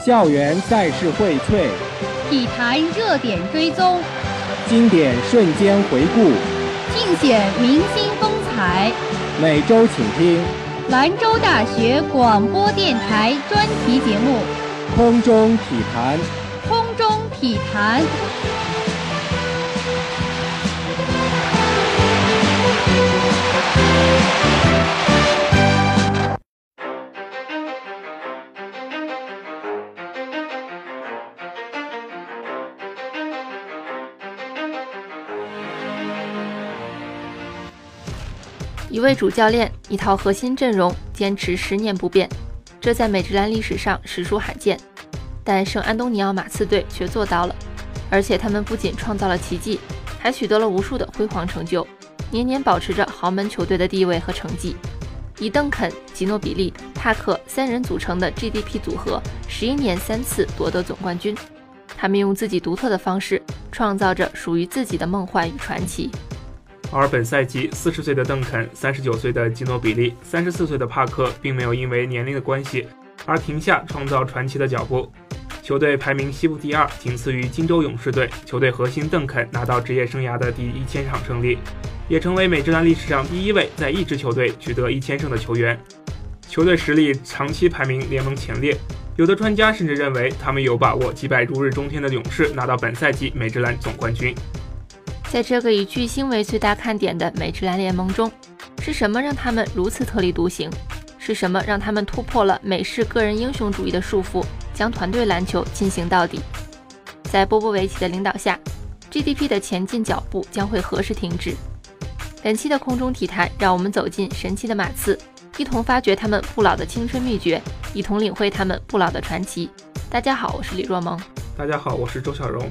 校园赛事荟萃， 体坛热点追踪， 经典瞬间回顾， 尽显明星风采。 每周请听兰州大学广播电台专题节目 《空中体坛》。 空中体坛。 一位主教练，一套核心阵容，坚持10年不变，这在美职篮历史上实属罕见。但圣安东尼奥马刺队却做到了，而且他们不仅创造了奇迹，还取得了无数的辉煌成就，年年保持着豪门球队的地位和成绩。以邓肯、吉诺比利、帕克3人组成的 GDP 组合，11年3次夺得总冠军。他们用自己独特的方式，创造着属于自己的梦幻与传奇。 而本赛季40岁的邓肯、39岁的吉诺比利、34岁的帕克并没有因为年龄的关系而停下创造传奇的脚步。球队排名西部第2，仅次于金州勇士队。球队核心邓肯拿到职业生涯的第1000场胜利，也成为美职篮历史上第1位在一支球队取得1000胜的球员。球队实力长期排名联盟前列，有的专家甚至认为他们有把握击败如日中天的勇士，拿到本赛季美职篮总冠军。 在这个以巨星为最大看点的美职篮联盟中，是什么让他们如此特立独行？是什么让他们突破了美式个人英雄主义的束缚，将团队篮球进行到底？在波波维奇的领导下， GDP 的前进脚步将会何时停止？本期的空中体坛，让我们走进神奇的马刺，一同发掘他们不老的青春秘诀，一同领会他们不老的传奇。大家好，我是李若萌。 大家好，我是周小荣。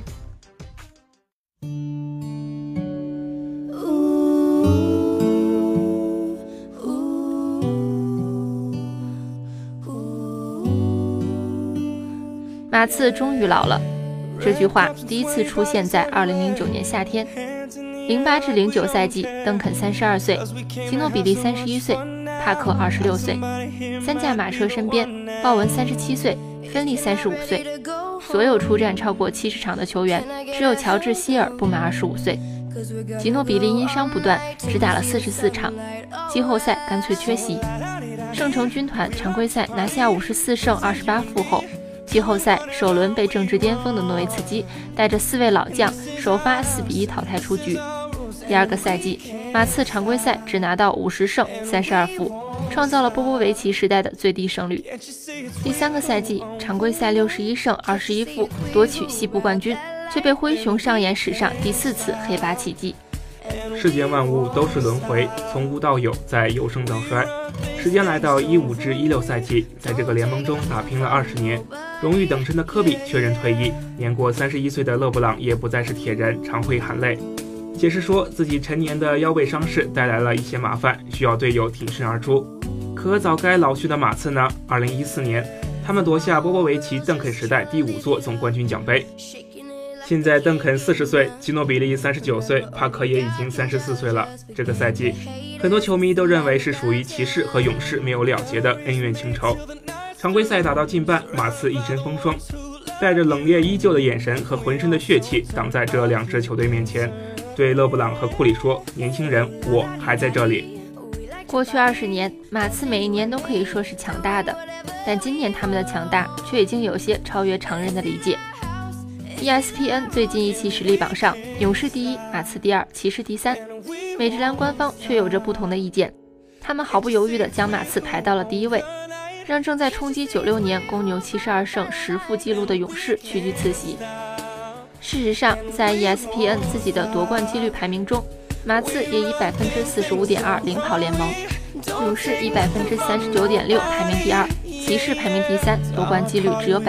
马刺终于老了，这句话第一次出现在2009年夏天。08至09赛季，邓肯32岁，吉诺比利31岁，帕克26岁。3驾马车身边，鲍文37岁，芬利35岁。所有出战超过70场的球员，只有乔治希尔不满25岁。吉诺比利因伤不断，只打了44场，季后赛干脆缺席。圣城军团常规赛拿下54胜28负后，季后赛首轮被正值巅峰的诺维茨基带着4位老将首发4比1淘汰出局。第二个赛季，马刺常规赛只拿到50胜32负，创造了波波维奇时代的最低胜率。第三个赛季，常规赛61胜21负夺取西部冠军，却被灰熊上演史上第4次黑八奇迹。 世间万物都是轮回，从无到有，再由盛到衰。时间来到15至16赛季，在这个联盟中打拼了20年，荣誉等身的科比确认退役，年过31岁的勒布朗也不再是铁人，常会含泪解释说自己陈年的腰背伤势带来了一些麻烦，需要队友挺身而出。可早该老去的马刺呢？2014年，他们夺下波波维奇邓肯时代第5座总冠军奖杯。现在邓肯40岁，吉诺比利39岁，帕克也已经34岁了。这个赛季，很多球迷都认为是属于骑士和勇士没有了结的恩怨情仇。常规赛打到近半，马刺一身风霜，带着冷冽依旧的眼神和浑身的血气挡在这2支球队面前，对勒布朗和库里说：“年轻人，我还在这里。” 过去20年，马刺每一年都可以说是强大的，但今年他们的强大却已经有些超越常人的理解。ESPN 最近一期实力榜上，勇士第1，马刺第2，骑士第3。美职篮官方却有着不同的意见，他们毫不犹豫地将马刺排到了第1位，让正在冲击96年公牛72胜10负纪录的勇士屈居次席。事实上，在 ESPN 自己的夺冠几率排名中，马刺也以 45.2% 领跑联盟，勇士以 39.6% 排名第2，骑士排名第3，夺冠几率只有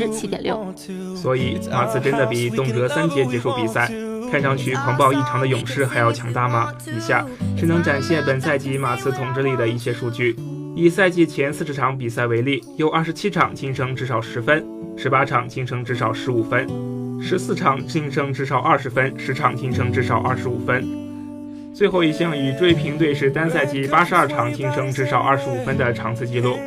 7.6%。 所以马刺真的比动辄3节结束比赛，看上去狂暴异常的勇士还要强大吗？以下是能展现本赛季马刺统治力的一些数据。以赛季前40场比赛为例，有27场净胜至少10分，18场净胜至少15分，14场净胜至少20分，10场净胜至少25分。最后一项与追平队史单赛季82场净胜至少25分的场次纪录。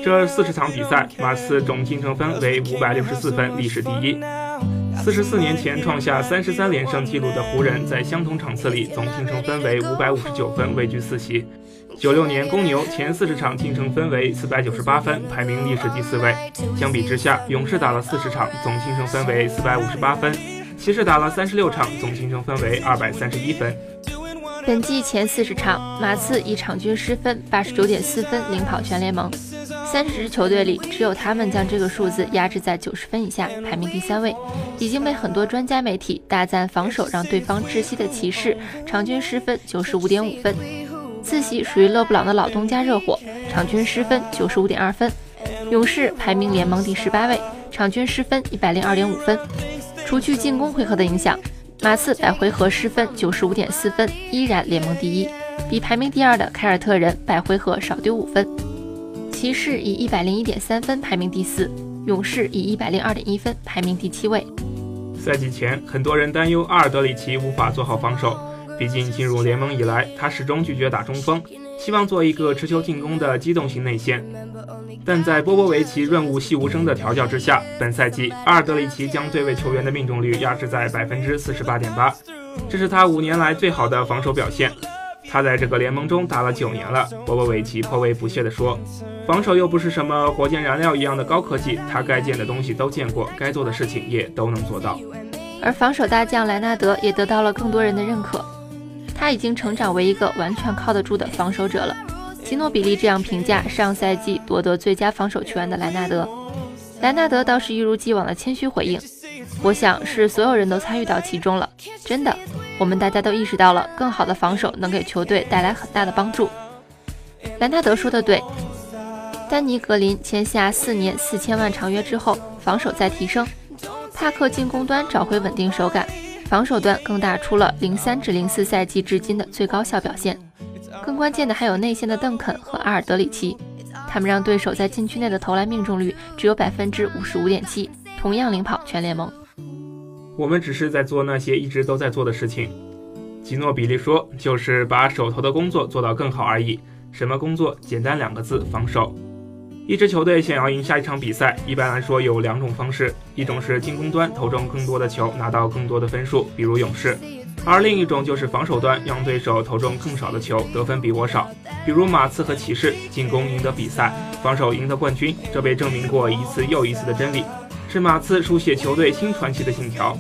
这40场比赛，马刺总净胜分为564分，历史第一。44年前创下33连胜纪录的湖人，在相同场次里总净胜分为559分，位居4席。96年公牛前40场净胜分为498分，排名历史第4位。相比之下，勇士打了40场，总净胜分为458分；骑士打了36场，总净胜分为231分。 本季前40场，马刺以场均失分89.4分领跑全联盟。30支球队里，只有他们将这个数字压制在90分以下，排名第3位。已经被很多专家媒体大赞防守让对方窒息的骑士，场均失分95.5分。次席属于勒布朗的老东家热火，场均失分95.2分。勇士排名联盟第18位，场均失分102.5分。除去进攻回合的影响，马刺百回合失分95.4分，依然联盟第一，比排名第2的凯尔特人百回合少丢5分。骑士以101.3分排名第4，勇士以102.1分排名第7位。 赛季前，很多人担忧阿尔德里奇无法做好防守，毕竟进入联盟以来，他始终拒绝打中锋，希望做一个持球进攻的机动型内线。但在波波维奇润物细无声的调教之下，本赛季阿尔德里奇将对位球员的命中率压制在 48.8%， 这是他5年来最好的防守表现。他在这个联盟中打了9年了，波波维奇颇为不屑地说，防守又不是什么火箭燃料一样的高科技，他该见的东西都见过，该做的事情也都能做到。 而防守大将莱纳德也得到了更多人的认可，他已经成长为一个完全靠得住的防守者了。基诺比利这样评价上赛季夺得最佳防守球员的莱纳德。莱纳德倒是一如既往的谦虚回应，我想是所有人都参与到其中了，真的，我们大家都意识到了更好的防守能给球队带来很大的帮助。莱纳德说的对，丹尼格林签下4年4000万长约之后，防守在提升，帕克进攻端找回稳定手感，防守端更打出了03至04赛季至今的最高效表现。更关键的还有内线的邓肯和阿尔德里奇，他们让对手在禁区内的投篮命中率只有 55.7%， 同样领跑全联盟。 我们只是在做那些一直都在做的事情，吉诺比利说，就是把手头的工作做到更好而已。什么工作？简单2个字，防守。一支球队想要赢下一场比赛，一般来说有2种方式，一种是进攻端投中更多的球，拿到更多的分数，比如勇士；而另一种就是防守端让对手投中更少的球，得分比我少，比如马刺和骑士。进攻赢得比赛，防守赢得冠军，这被证明过一次又一次的真理，是马刺书写球队新传奇的信条。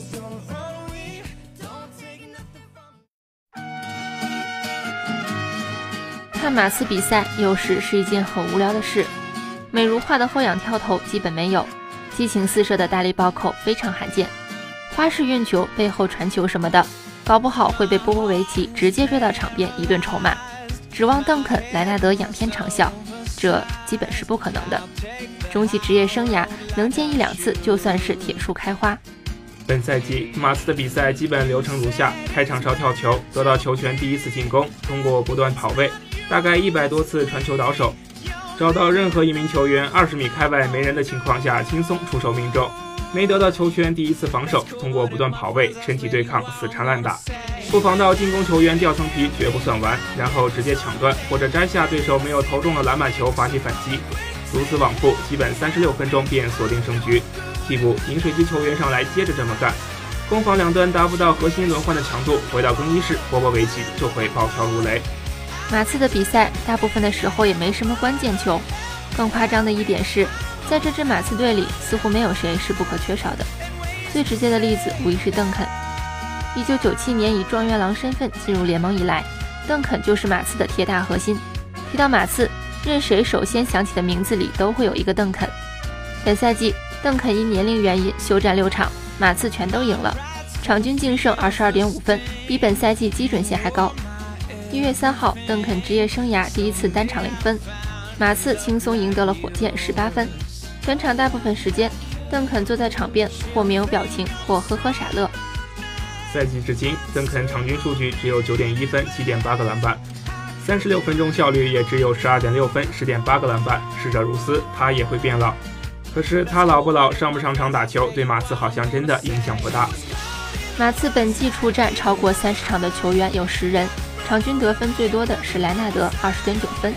看马刺比赛有时是一件很无聊的事，美如画的后仰跳投基本没有，激情四射的大力暴扣非常罕见，花式运球、背后传球什么的，搞不好会被波波维奇直接追到场边一顿臭骂。指望邓肯、莱纳德仰天长啸，这基本是不可能的。终其职业生涯，能见1-2次就算是铁树开花。 本赛季马刺的比赛基本流程如下：开场稍跳球，得到球权第一次进攻，通过不断跑位，大概100多次传球倒手，找到任何一名球员20米开外没人的情况下轻松出手命中。没得到球权第一次防守，通过不断跑位、身体对抗、死缠烂打，不防到进攻球员掉层皮绝不算完，然后直接抢断或者摘下对手没有投中的篮板球发起反击，如此往复，基本36分钟便锁定胜局。替补饮水机球员上来接着这么干，攻防两端达不到核心轮换的强度，回到更衣室，波波维奇就会暴跳如雷。 马刺的比赛大部分的时候也没什么关键球，更夸张的一点是，在这支马刺队里似乎没有谁是不可缺少的。最直接的例子无疑是邓肯。1997年以状元郎身份进入联盟以来，邓肯就是马刺的铁打核心。提到马刺，任谁首先想起的名字里都会有一个邓肯。本赛季邓肯因年龄原因休战6场，马刺全都赢了，场均净胜22.5分，比本赛季基准线还高。1月3号，邓肯职业生涯第一次单场0分，马刺轻松赢得了火箭18分。全场大部分时间，邓肯坐在场边，或没有表情，或呵呵傻乐。 赛季至今，邓肯场均数据只有 9.1 分、7.8个篮板，36分钟效率也只有 12.6 分、10.8个篮板。逝者如斯，他也会变老。可是他老不老，上不上场打球，对马刺好像真的影响不大。 马刺本季出战超过30场的球员有10人，场均得分最多的是莱纳德20.9分，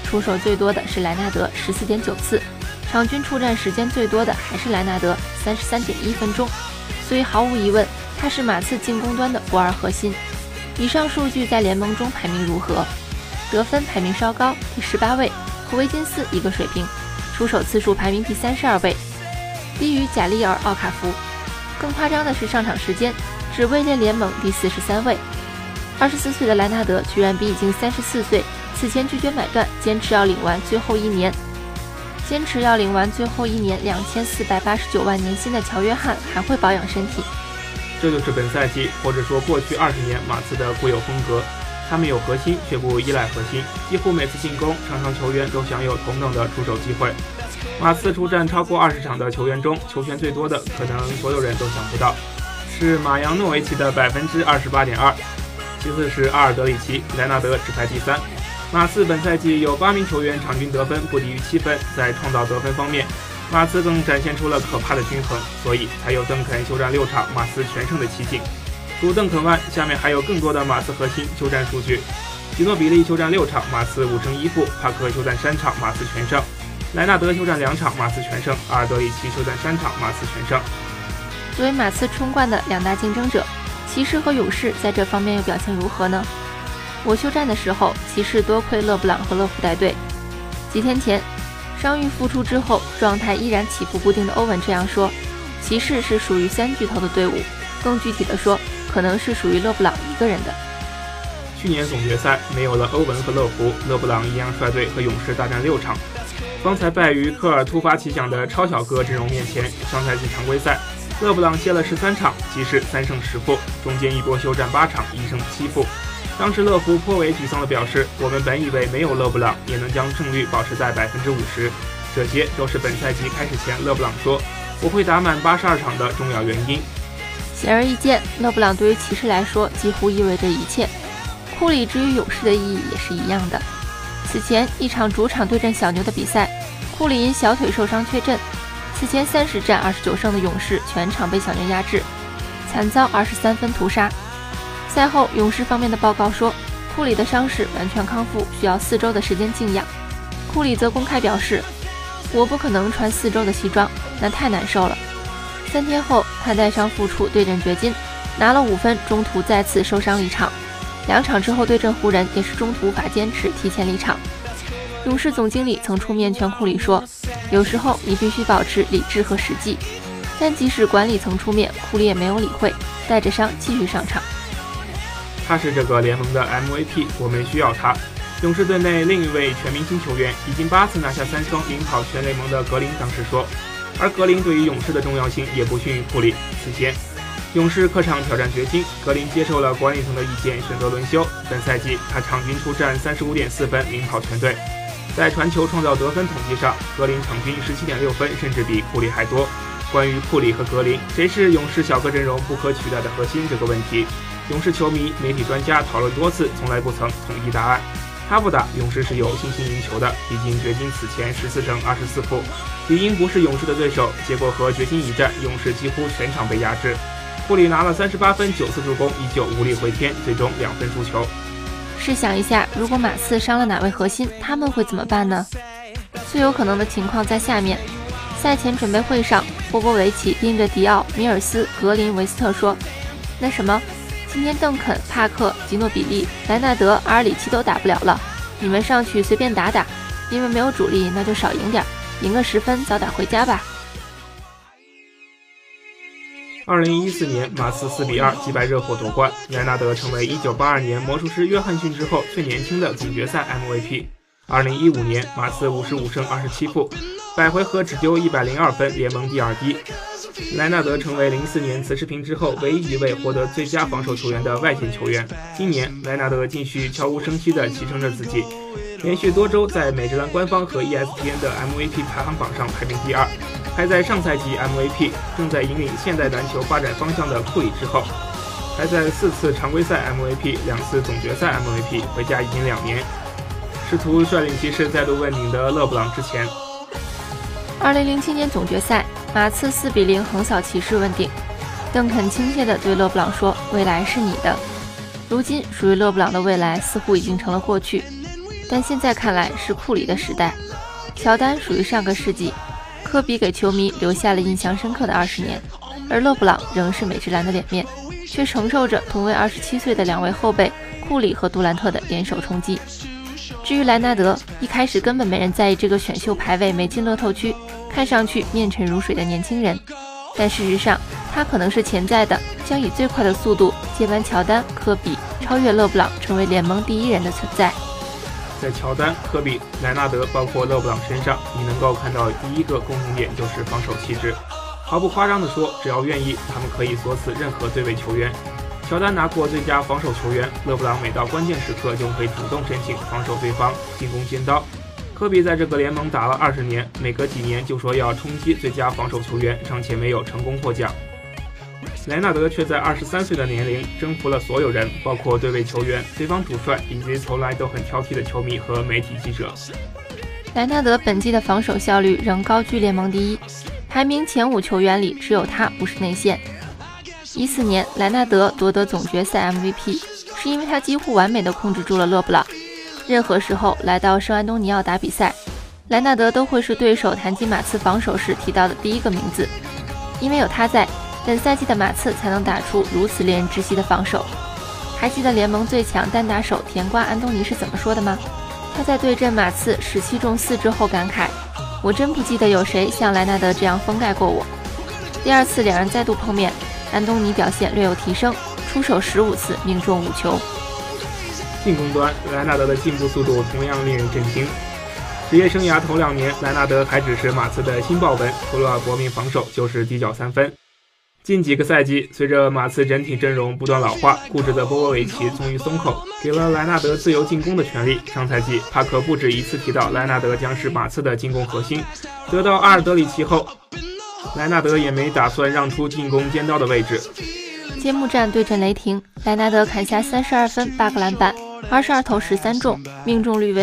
出手最多的是莱纳德14.9次，场均出战时间最多的还是莱纳德33.1分钟，所以毫无疑问，他是马刺进攻端的不二核心。以上数据在联盟中排名如何？得分排名稍高，第18位，和维金斯一个水平，出手次数排名第32位，低于贾利尔·奥卡福。更夸张的是上场时间，只位列联盟第43位。24岁的莱纳德居然比已经34岁，此前拒绝买断，坚持要领完最后一年2489万年薪的乔约翰还会保养身体。 这就是本赛季或者说过去20年马刺的固有风格，他们有核心却不依赖核心，几乎每次进攻场上球员都享有同等的出手机会。马刺出战超过20场的球员中，球权最多的可能所有人都想不到，是马扬诺维奇的 28.2%， 其次是阿尔德里奇，莱纳德只排第3。马刺本赛季有8名球员场均得分不低于7分，在创造得分方面，马刺更展现出了可怕的均衡，所以才有邓肯休战6场马刺全胜的奇景。除邓肯外，下面还有更多的马刺核心休战数据。吉诺比利休战6场，马刺5胜1负；帕克休战3场，马刺全胜；莱纳德休战2场，马刺全胜；阿尔德里奇休战3场，马刺全胜。 作为马刺冲冠的2大竞争者，骑士和勇士在这方面又表现如何呢？我休战的时候，骑士多亏勒布朗和乐福带队。几天前，伤愈复出之后，状态依然起伏不定的欧文这样说：骑士是属于3巨头的队伍，更具体的说，可能是属于勒布朗一个人的。 去年总决赛没有了欧文和乐福，勒布朗一样率队和勇士大战6场，方才败于科尔突发奇想的超小个阵容面前。上赛季常规赛，勒布朗歇了13场，骑士3胜10负，中间一波休战8场，1胜7负。当时乐福颇为沮丧地表示：“我们本以为没有勒布朗也能将胜率保持在50%，这些都是本赛季开始前勒布朗说我会打满82场的重要原因。” 显而易见，勒布朗对于骑士来说几乎意味着一切。库里之于勇士的意义也是一样的。此前一场主场对阵小牛的比赛，库里因小腿受伤缺阵。此前30战29胜的勇士全场被小牛压制，惨遭23分屠杀。赛后，勇士方面的报告说，库里的伤势完全康复，需要4周的时间静养。库里则公开表示：“我不可能穿4周的西装，那太难受了。”3天后，他带伤复出对阵掘金，拿了5分，中途再次受伤离场。2场之后对阵湖人，也是中途无法坚持，提前离场。勇士总经理曾出面劝库里说：“有时候你必须保持理智和实际。”但即使管理层出面，库里也没有理会，带着伤继续上场。 他是这个联盟的 MVP， 我们需要他。勇士队内另一位全明星球员，已经8次拿下3双，领跑全联盟的格林当时说，而格林对于勇士的重要性也不逊于库里。此前，勇士客场挑战掘金，格林接受了管理层的意见，选择轮休。本赛季他场均出战35.4分，领跑全队。在传球、创造得分统计上，格林场均17.6分，甚至比库里还多。关于库里和格林谁是勇士小个阵容不可取代的核心这个问题，勇士球迷、媒体专家讨论多次，从来不曾统一答案。他不打，勇士是有信心赢球的，毕竟掘金此前14胜24负，理应不是勇士的对手。结果和掘金一战，勇士几乎全场被压制。库里拿了38分、9次助攻，依旧无力回天，最终2分输球。 试想一下，如果马刺伤了哪位核心，他们会怎么办呢？最有可能的情况在下面。赛前准备会上，波波维奇盯着迪奥、米尔斯、格林、维斯特说：“那什么，今天邓肯、帕克、吉诺比利、莱纳德、阿尔里奇都打不了了，你们上去随便打打，因为没有主力，那就少赢点，赢个10分，早点回家吧。 ”2014年，马刺4-2击败热火夺冠，莱纳德成为1982年魔术师约翰逊之后最年轻的总决赛 MVP。2015年，马刺55胜27负，100回合只丢102分，联盟第2低。莱纳德成为04年辞世平之后唯一一位获得最佳防守球员的外线球员。今年，莱纳德继续悄无声息地提升着自己，连续多周在美职篮官方和 ESPN 的 MVP 排行榜上排名第2，排在上赛季 MVP 正在引领现代篮球发展方向的库里之后，排在4次常规赛 MVP、2次总决赛 MVP， 回家已经2年，试图率领骑士再度问鼎的勒布朗之前。 2007年总决赛，马刺4-0横扫骑士问鼎。邓肯亲切地对勒布朗说：“未来是你的。”如今，属于勒布朗的未来似乎已经成了过去。 但现在看来是库里的时代。乔丹属于上个世纪，科比给球迷留下了印象深刻的20年，而勒布朗仍是美职篮的脸面，却承受着同为27岁的2位后辈库里和杜兰特的联手冲击。至于莱纳德，一开始根本没人在意这个选秀排位没进乐透区，看上去面沉如水的年轻人，但事实上他可能是潜在的将以最快的速度接班乔丹、科比，超越勒布朗，成为联盟第1人的存在。 在乔丹、科比、莱纳德包括勒布朗身上，你能够看到第一个共同点就是防守气质。毫不夸张地说，只要愿意，他们可以锁死任何对位球员。乔丹拿过最佳防守球员，勒布朗每到关键时刻就会主动申请防守对方，进攻尖刀。科比在这个联盟打了20年，每隔几年就说要冲击最佳防守球员，尚且没有成功获奖。莱纳德却在23岁的年龄征服了所有人，包括对位球员、对方主帅以及从来都很挑剔的球迷和媒体记者。 莱纳德本季的防守效率仍高居联盟第1，排名前5球员里只有他不是内线。14年，莱纳德夺得总决赛 MVP， 是因为他几乎完美地控制住了勒布朗。任何时候来到圣安东尼奥打比赛，莱纳德都会是对手谈及马刺防守时提到的第一个名字，因为有他在，本赛季的马刺才能打出如此令人窒息的防守。还记得联盟最强单打手甜瓜安东尼是怎么说的吗？他在对阵马刺17中4之后感慨：“我真不记得有谁像莱纳德这样封盖过我。”第2次两人再度碰面，安东尼表现略有提升，出手15次命中5球。 进攻端，莱纳德的进步速度同样令人震惊。职业生涯头2年，莱纳德还只是马刺的新爆本，除了搏命防守就是底角3分。近几个赛季，随着马刺整体阵容不断老化，固执的波波维奇终于松口，给了莱纳德自由进攻的权利。上赛季，帕克不止一次提到莱纳德将是马刺的进攻核心。得到阿尔德里奇后，莱纳德也没打算让出进攻尖刀的位置。 揭幕战对阵雷霆，莱纳德砍下32分、8个篮板，22投13中，命中率为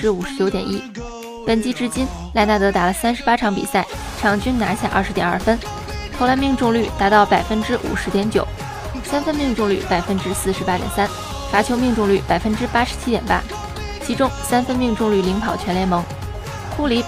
59.1%。本季至今，莱纳德打了38场比赛，场均拿下20.2分，投篮命中率达到 50.9%， 三分命中率 48.3%， 罚球命中率 87.8%， 其中三分命中率领跑全联盟。库里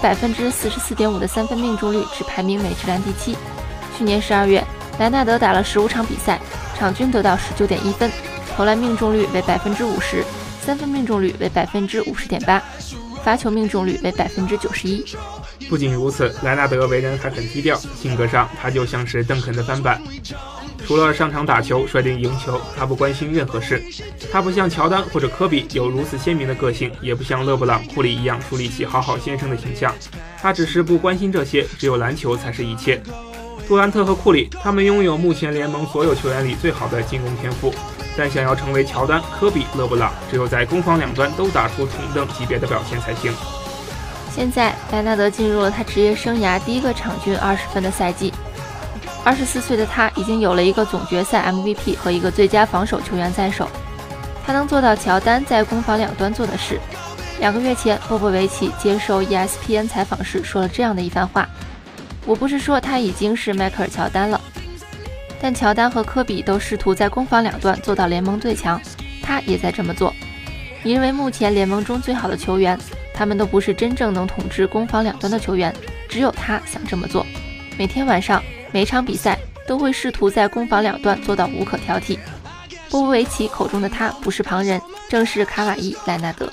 44.5% 的三分命中率只排名美职篮第7。去年12月，莱纳德打了15场比赛，场均得到 19.1分，投篮命中率为 50%， 三分命中率为 50.8%， 罚球命中率为 91%。 不仅如此，莱纳德为人还很低调，性格上他就像是邓肯的翻版。除了上场打球、率领赢球，他不关心任何事。他不像乔丹或者科比有如此鲜明的个性，也不像勒布朗、库里一样树立起好好先生的形象。他只是不关心这些，只有篮球才是一切。杜兰特和库里，他们拥有目前联盟所有球员里最好的进攻天赋，但想要成为乔丹、科比、勒布朗，只有在攻防两端都打出同等级别的表现才行。 现在，莱纳德进入了他职业生涯第一个场均20分的赛季。24岁的他已经有了一个总决赛 MVP 和一个最佳防守球员在手，他能做到乔丹在攻防两端做的事。2个月前，波波维奇接受 ESPN 采访时说了这样的一番话：我不是说他已经是迈克尔·乔丹了，但乔丹和科比都试图在攻防两端做到联盟最强，他也在这么做。你认为目前联盟中最好的球员，他们都不是真正能统治攻防两端的球员，只有他想这么做。每天晚上，每场比赛都会试图在攻防两端做到无可挑剔。波波维奇口中的他不是旁人，正是卡瓦伊·莱纳德。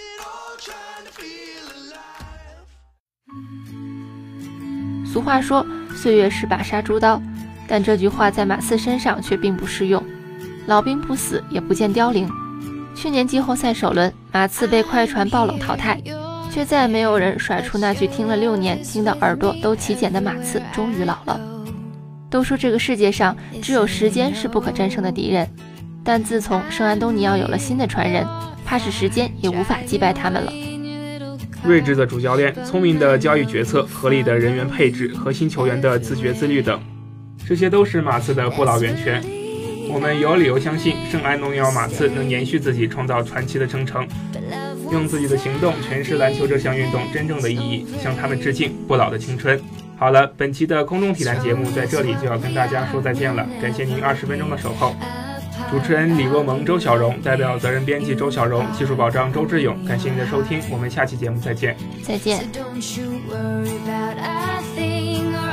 俗话说岁月是把杀猪刀，但这句话在马刺身上却并不适用。老兵不死也不见凋零。去年季后赛首轮，马刺被快船爆冷淘汰，却再没有人甩出那句听了6年听到耳朵都起茧的马刺终于老了。都说这个世界上只有时间是不可战胜的敌人，但自从圣安东尼奥有了新的传人，怕是时间也无法击败他们了。 睿智的主教练、聪明的交易决策、合理的人员配置、核心球员的自觉自律等，这些都是马刺的不老源泉。我们有理由相信圣安东尼奥马刺能延续自己创造传奇的征程，用自己的行动诠释篮球这项运动真正的意义，向他们致敬不老的青春。好了，本期的空中体坛节目在这里就要跟大家说再见了，感谢您20分钟的守候。 主持人李若萌、周小荣，代表责任编辑周小荣，技术保障周志勇。感谢您的收听，我们下期节目再见。 再见。